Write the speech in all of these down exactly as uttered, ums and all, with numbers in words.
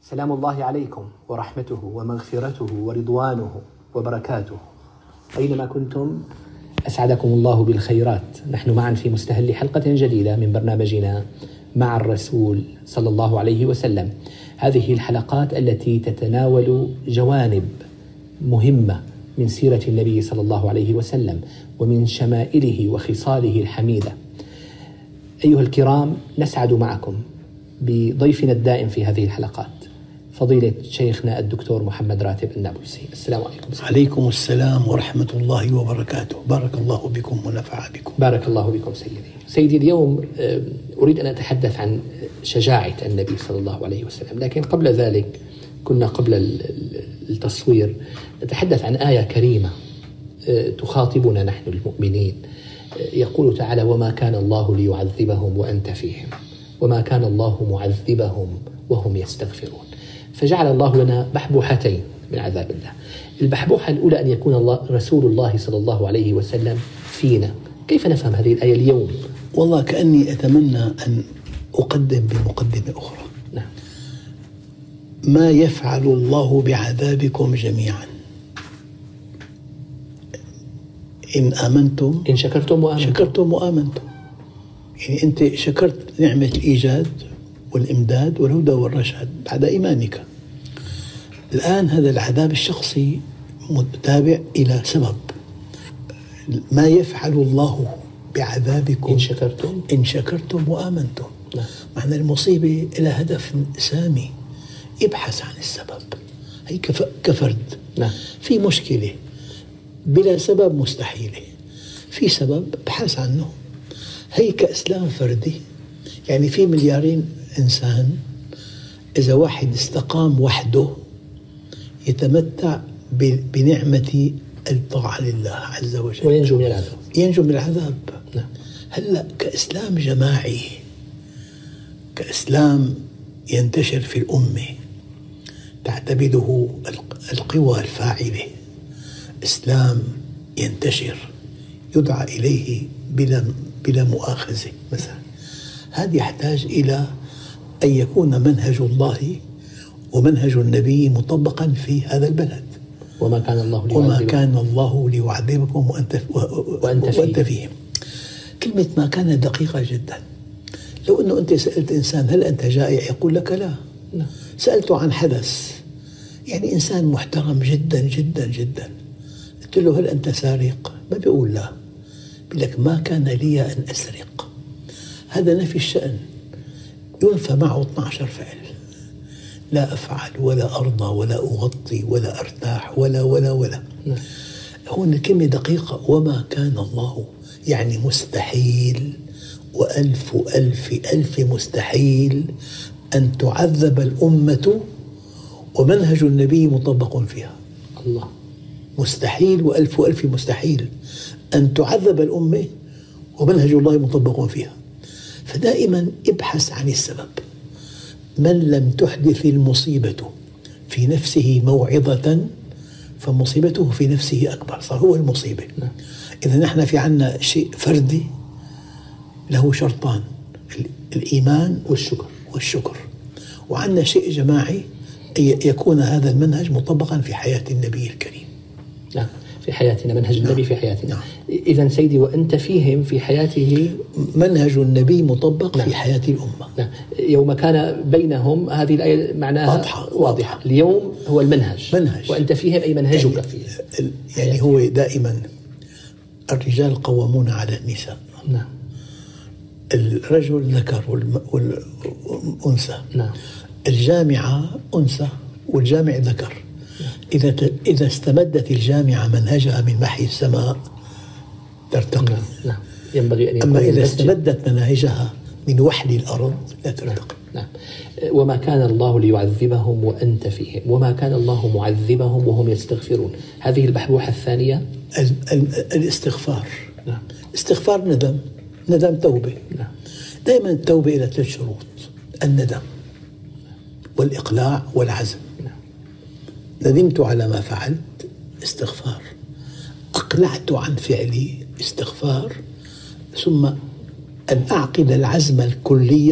سلام الله عليكم ورحمته ومغفرته ورضوانه وبركاته. أينما كنتم أسعدكم الله بالخيرات. نحن معا في مستهل حلقة جديدة من برنامجنا مع الرسول صلى الله عليه وسلم. هذه الحلقات التي تتناول جوانب مهمة من سيرة النبي صلى الله عليه وسلم ومن شمائله وخصاله الحميدة. أيها الكرام، نسعد معكم بضيفنا الدائم في هذه الحلقات، فضيلة شيخنا الدكتور محمد راتب النابلسي. السلام عليكم. عليكم السلام ورحمة الله وبركاته. بارك الله بكم ونفع بكم. بارك الله بكم سيدي. سيدي، اليوم أريد أن أتحدث عن شجاعة النبي صلى الله عليه وسلم، لكن قبل ذلك كنا قبل التصوير نتحدث عن آية كريمة تخاطبنا نحن المؤمنين. يقول تعالى: وما كان الله ليعذبهم وأنت فيهم وما كان الله معذبهم وهم يستغفرون. فجعل الله لنا بحبوحتين من عذاب الله. البحبوحة الأولى أن يكون الله رسول الله صلى الله عليه وسلم فينا. كيف نفهم هذه الآية اليوم؟ والله كأني أتمنى أن أقدم بمقدمة أخرى. نعم. ما يفعل الله بعذابكم جميعا إن آمنتم إن شكرتم وآمنتم شكرتم وآمنتم. يعني أنت شكرت نعمة الإيجاد والإمداد والهدى والرشاد بعد إيمانك. الآن هذا العذاب الشخصي متابع إلى سبب. ما يفعل الله بعذابكم إن شكرتم إن شكرتم وآمنتم. نعم. معنى المصيبة إلى هدف سامي. ابحث عن السبب. هي كفرد. نعم. في مشكلة بلا سبب مستحيلة، في سبب ابحث عنه. هي كإسلام فردي، يعني في مليارين إنسان، إذا واحد استقام وحده يتمتع بنعمة الطاعة لله عز وجل وينجو من العذاب ينجو من العذاب. نعم. هلأ كإسلام جماعي، كإسلام ينتشر في الأمة تعتبده القوى الفاعلة، إسلام ينتشر يدعى إليه بلا بلا مؤاخذة مثلا، هذا يحتاج إلى أن يكون منهج الله ومنهج النبي مطبقا في هذا البلد. وما كان الله وما كان الله ليعذبكم وأنت, وأنت, وأنت فيهم. كلمة ما كان دقيقة جدا. لو أنه أنت سألت إنسان هل أنت جائع يقول لك لا. لا. سألته عن حدث، يعني إنسان محترم جدا جدا جدا، قلت له هل أنت سارق؟ ما بيقول لا، بيقول لك ما كان لي أن أسرق. هذا نفي الشأن، ينفى معه اثني عشر فعل. لا أفعل ولا أرضى ولا أغطي ولا أرتاح ولا ولا ولا نعم. هون الكلمة دقيقة. وما كان الله يعني مستحيل، وألف ألف ألف مستحيل أن تعذب الأمة ومنهج النبي مطبق فيها. الله. مستحيل وألف ألف مستحيل أن تعذب الأمة ومنهج الله مطبق فيها. فدائما ابحث عن السبب. من لم تحدث المصيبة في نفسه موعظة فمصيبته في نفسه أكبر، صار هو المصيبة. نعم. إذا نحن في عنا شيء فردي له شرطان، الإيمان والشكر والشكر وعنا شيء جماعي يكون هذا المنهج مطبقا في حياة النبي الكريم. نعم. في حياتنا منهج النبي. نعم. في حياتنا. نعم. إذن سيدي، وأنت فيهم في حياته منهج النبي مطبق. نعم. في حياة الأمة. نعم. يوم كان بينهم، هذه الآية معناها واضحة. واضحة. اليوم هو المنهج منهج. وأنت فيهم أي منهجك يعني فيه. يعني هو دائما الرجال قوامون على النساء. نعم. الرجل ذكر والأنثى. نعم. الجامعة أنثى والجامع ذكر. إذا إذا استمدت الجامعة منهجها من محي السماء ترتقي. نعم. نعم. ينبغي أن يكون. أما إذا استمدت منهجها من وحل الأرض لا ترتقي. نعم. نعم. وما كان الله ليعذبهم وأنت فيهم وما كان الله معذبهم وهم يستغفرون. هذه البحبوحة الثانية. ال ال الاستغفار. نعم. استغفار ندم، ندم توبة. نعم. دائما التوبة إلى ثلاث شروط: الندم والإقلاع والعزم. نعم. ندمت على ما فعلت، استغفار. أقلعت عن فعلي، استغفار. ثم أن أعقد العزم الكلية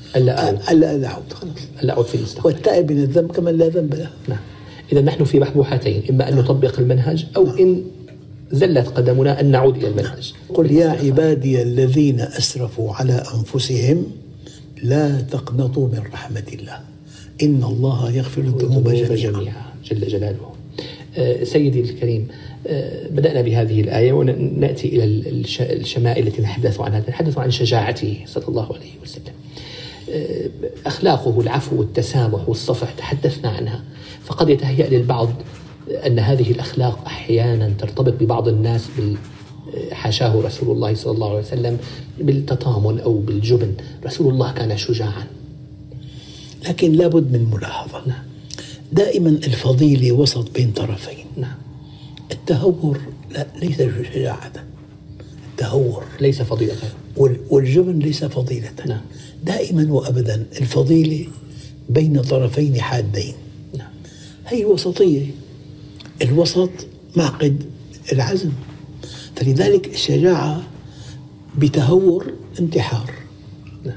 ألا أعود ألا ألا أعود خلاص، ألا أعود في المستقبل. والتائب من الذنب كمن لا ذنب له. نعم. إذا نحن في محبوحتين، إما أن نعم. نطبق المنهج أو نعم. إن زلت قدمنا أن نعود إلى المنهج. قل يا عبادي الذين أسرفوا على أنفسهم لا تقنطوا من رحمة الله إن الله يغفر الذنوب جميعا جل جلاله. آه سيدي الكريم، آه بدأنا بهذه الآية ونأتي إلى الشمائل التي نتحدث عنها. نتحدث عن شجاعته صلى الله عليه وسلم. آه أخلاقه العفو والتسامح والصفح تحدثنا عنها، فقد يتهيأ للبعض أن هذه الأخلاق أحيانا ترتبط ببعض الناس بال حاشاه رسول الله صلى الله عليه وسلم بالتطامن أو بالجبن. رسول الله كان شجاعا، لكن لابد من ملاحظة. نعم. دائما الفضيلة وسط بين طرفين. نعم. التهور لا ليس شجاعة، التهور ليس فضيلة، والجبن ليس فضيلة. نعم. دائما وأبدا الفضيلة بين طرفين حادين. نعم. هي الوسطية، الوسط معقد العزم. فلذلك الشجاعة بتهور انتحار. نعم.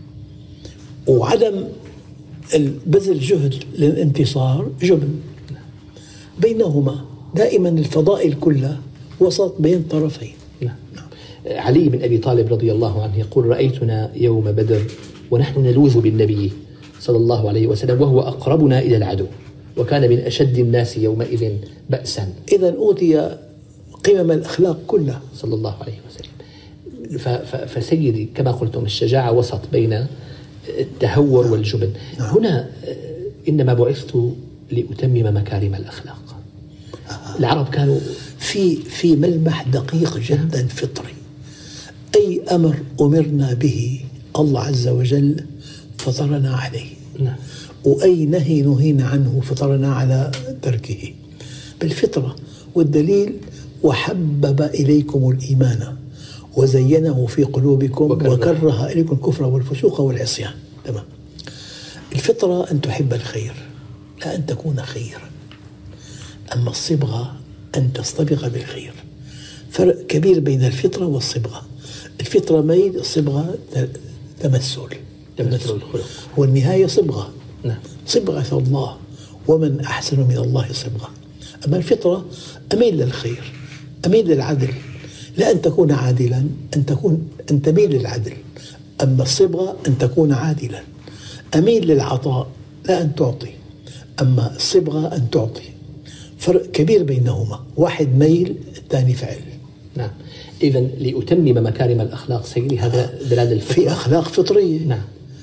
وعدم بذل جهد للانتصار جبن. نعم. بينهما دائما الفضائل كلها وسط بين طرفين. نعم. علي بن أبي طالب رضي الله عنه يقول: رأيتنا يوم بدر ونحن نلوذ بالنبي صلى الله عليه وسلم وهو أقربنا إلى العدو وكان من أشد الناس يومئذ بأسا. إذن أوتي قمم الأخلاق كلها صلى الله عليه وسلم. فسيدي كما قلتم الشجاعة وسط بين التهور والجبن. هنا إنما بعثت لأتمم مكارم الأخلاق. العرب كانوا في في ملمح دقيق جدا فطري. أي أمر أمرنا به الله عز وجل فطرنا عليه. نعم. وأي نهي نهينا عنه فطرنا على تركه بالفطرة. والدليل: وحبب إليكم الإيمان وزينه في قلوبكم وكره, وكره إليكم الكفر والفسوق والعصيان. تمام. الفطرة أن تحب الخير لا أن تكون خيرا، أما الصبغة أن تصطبغ بالخير. فرق كبير بين الفطرة والصبغة. الفطرة ميل، الصبغة تمثل. تمثل الخلق. والنهاية صبغة. نعم. صبغة الله ومن أحسن من الله صبغة. أما الفطرة أميل للخير، أميل للعدل، لا أن تكون عادلا، أن تكون أن تميل للعدل. أما الصبغة أن تكون عادلا، أميل للعطاء لا أن تعطي. أما الصبغة أن تعطي. فرق كبير بينهما، واحد ميل الثاني فعل. نعم. إذن لأتمم مكارم الأخلاق سيدي هذا دلالة الفطرة. في أخلاق فطرية. نعم.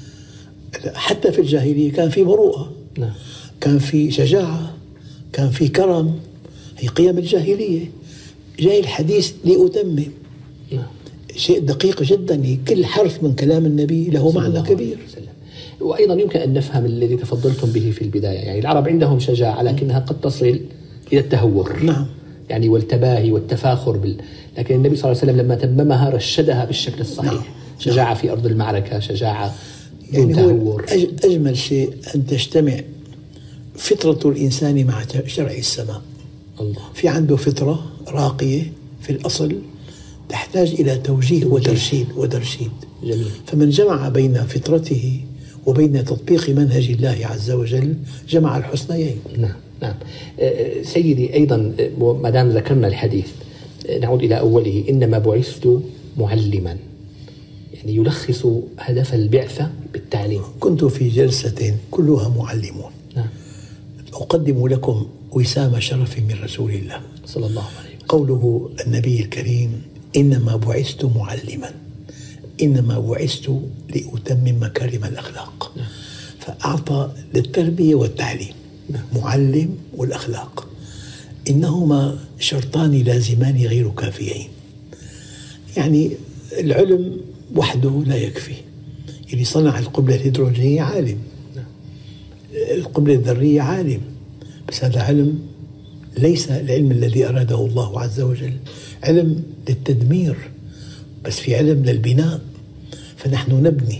حتى في الجاهلية كان في مروءة. نعم. كان في شجاعة، كان في كرم. هي قيم الجاهلية. جاي الحديث لأتمم. نعم. شيء دقيق جدا. كل حرف من كلام النبي له معنى كبير. وأيضا يمكن أن نفهم الذي تفضلتم به في البداية، يعني العرب عندهم شجاعة لكنها قد تصل إلى التهور. نعم. يعني والتباهي والتفاخر بال... لكن النبي صلى الله عليه وسلم لما تممها رشدها بالشكل الصحيح. نعم. شجاعة نعم. في أرض المعركة، شجاعة يعني تهور. أجمل شيء أن تجتمع فطرة الإنسان مع شرع السماء. الله. في عنده فطرة راقية في الأصل تحتاج إلى توجيه وترشيد وترشيد. جميل. فمن جمع بين فطرته وبين تطبيق منهج الله عز وجل جمع الحسنيين. نعم. نعم. سيدي أيضا ما دام ذكرنا الحديث نعود إلى أوله: إنما بعثت معلما، يعني يلخص هدف البعثة بالتعليم. كنت في جلسة كلها معلمون. نعم. أقدم لكم وسام شرف من رسول الله صلى الله عليه وسلم. قوله النبي الكريم: إنما بعثت معلما، إنما بعثت لأتمم مكارم الأخلاق. نعم. فأعطى للتربية والتعليم. نعم. معلم والأخلاق إنهما شرطان لازمان غير كافيين. يعني العلم وحده لا يكفي. اللي صنع القنبلة الهيدروجينية عالم. نعم. القنبلة الذرية عالم، بس هذا علم ليس العلم الذي أراده الله عز وجل. علم للتدمير، بس في علم للبناء. فنحن نبني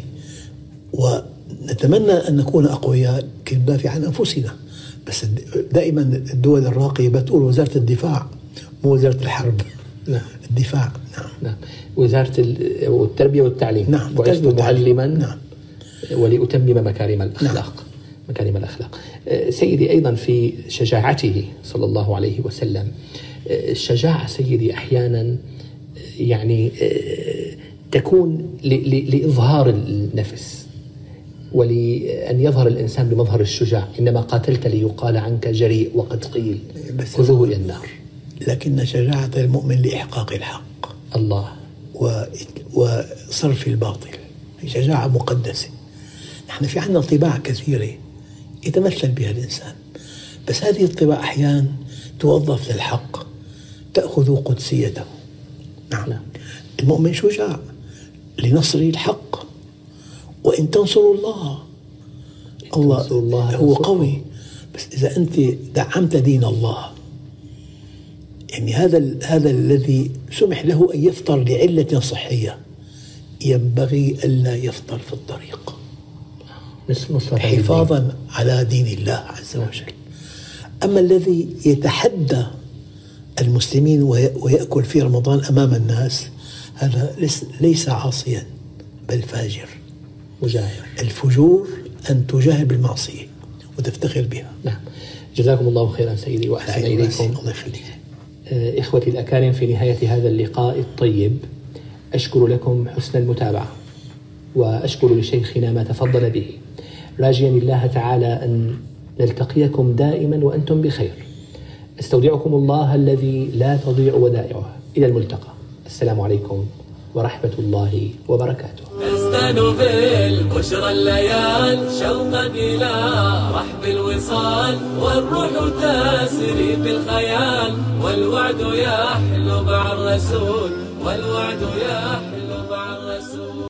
ونتمنى أن نكون أقوياء كي ندافع عن أنفسنا. بس دائما الدول الراقية بتقول وزارة الدفاع مو وزارة الحرب. نعم. الدفاع. نعم. نعم. وزارة التربية والتعليم. نعم. بعثت معلما. نعم. ولأتمم مكارم الأخلاق. نعم. مكارم الأخلاق. سيدي، أيضا في شجاعته صلى الله عليه وسلم، الشجاعة سيدي أحيانا يعني تكون لإظهار النفس ولأن يظهر الإنسان بمظهر الشجاع، إنما قاتلت ليقال عنك جريء وقد قيل خذوه إلى النار. لكن شجاعة المؤمن لإحقاق الحق الله وصرف الباطل، شجاعة مقدسة. نحن في عندنا طباع كثيرة يتمثل بها الإنسان، بس هذه الطباع أحيانا توظف للحق تأخذ قدسيته. نعم. نعم. المؤمن شجاع لنصر الحق، وإن تنصروا الله الله, الله هو قوي، بس إذا أنت دعمت دين الله، يعني هذا هذا الذي سمح له أن يفطر لعلة صحية ينبغي ألا يفطر في الطريق حفاظا على دين الله عز وجل. أما الذي يتحدى المسلمين ويأكل في رمضان أمام الناس، هذا ليس عاصيا بل فاجر مجاهر. الفجور أن تجاهر بالمعصية وتفتخر بها. نعم. جزاكم الله خيرا سيدي وأحسن إليكم. الله يخليك. إخوتي الأكارم، في نهاية هذا اللقاء الطيب أشكر لكم حسن المتابعة، وأشكر لشيخنا ما تفضل به، راجيا الله تعالى أن نلتقيكم دائما وأنتم بخير. استودعكم الله الذي لا تضيع ودائعه. إلى الملتقى. السلام عليكم ورحمة الله وبركاته. نستن بالبشرى الليال شوقا إلى رحب الوصال، والروح تسري بالخيال، والوعد يحلو مع الرسول، والوعد يحلو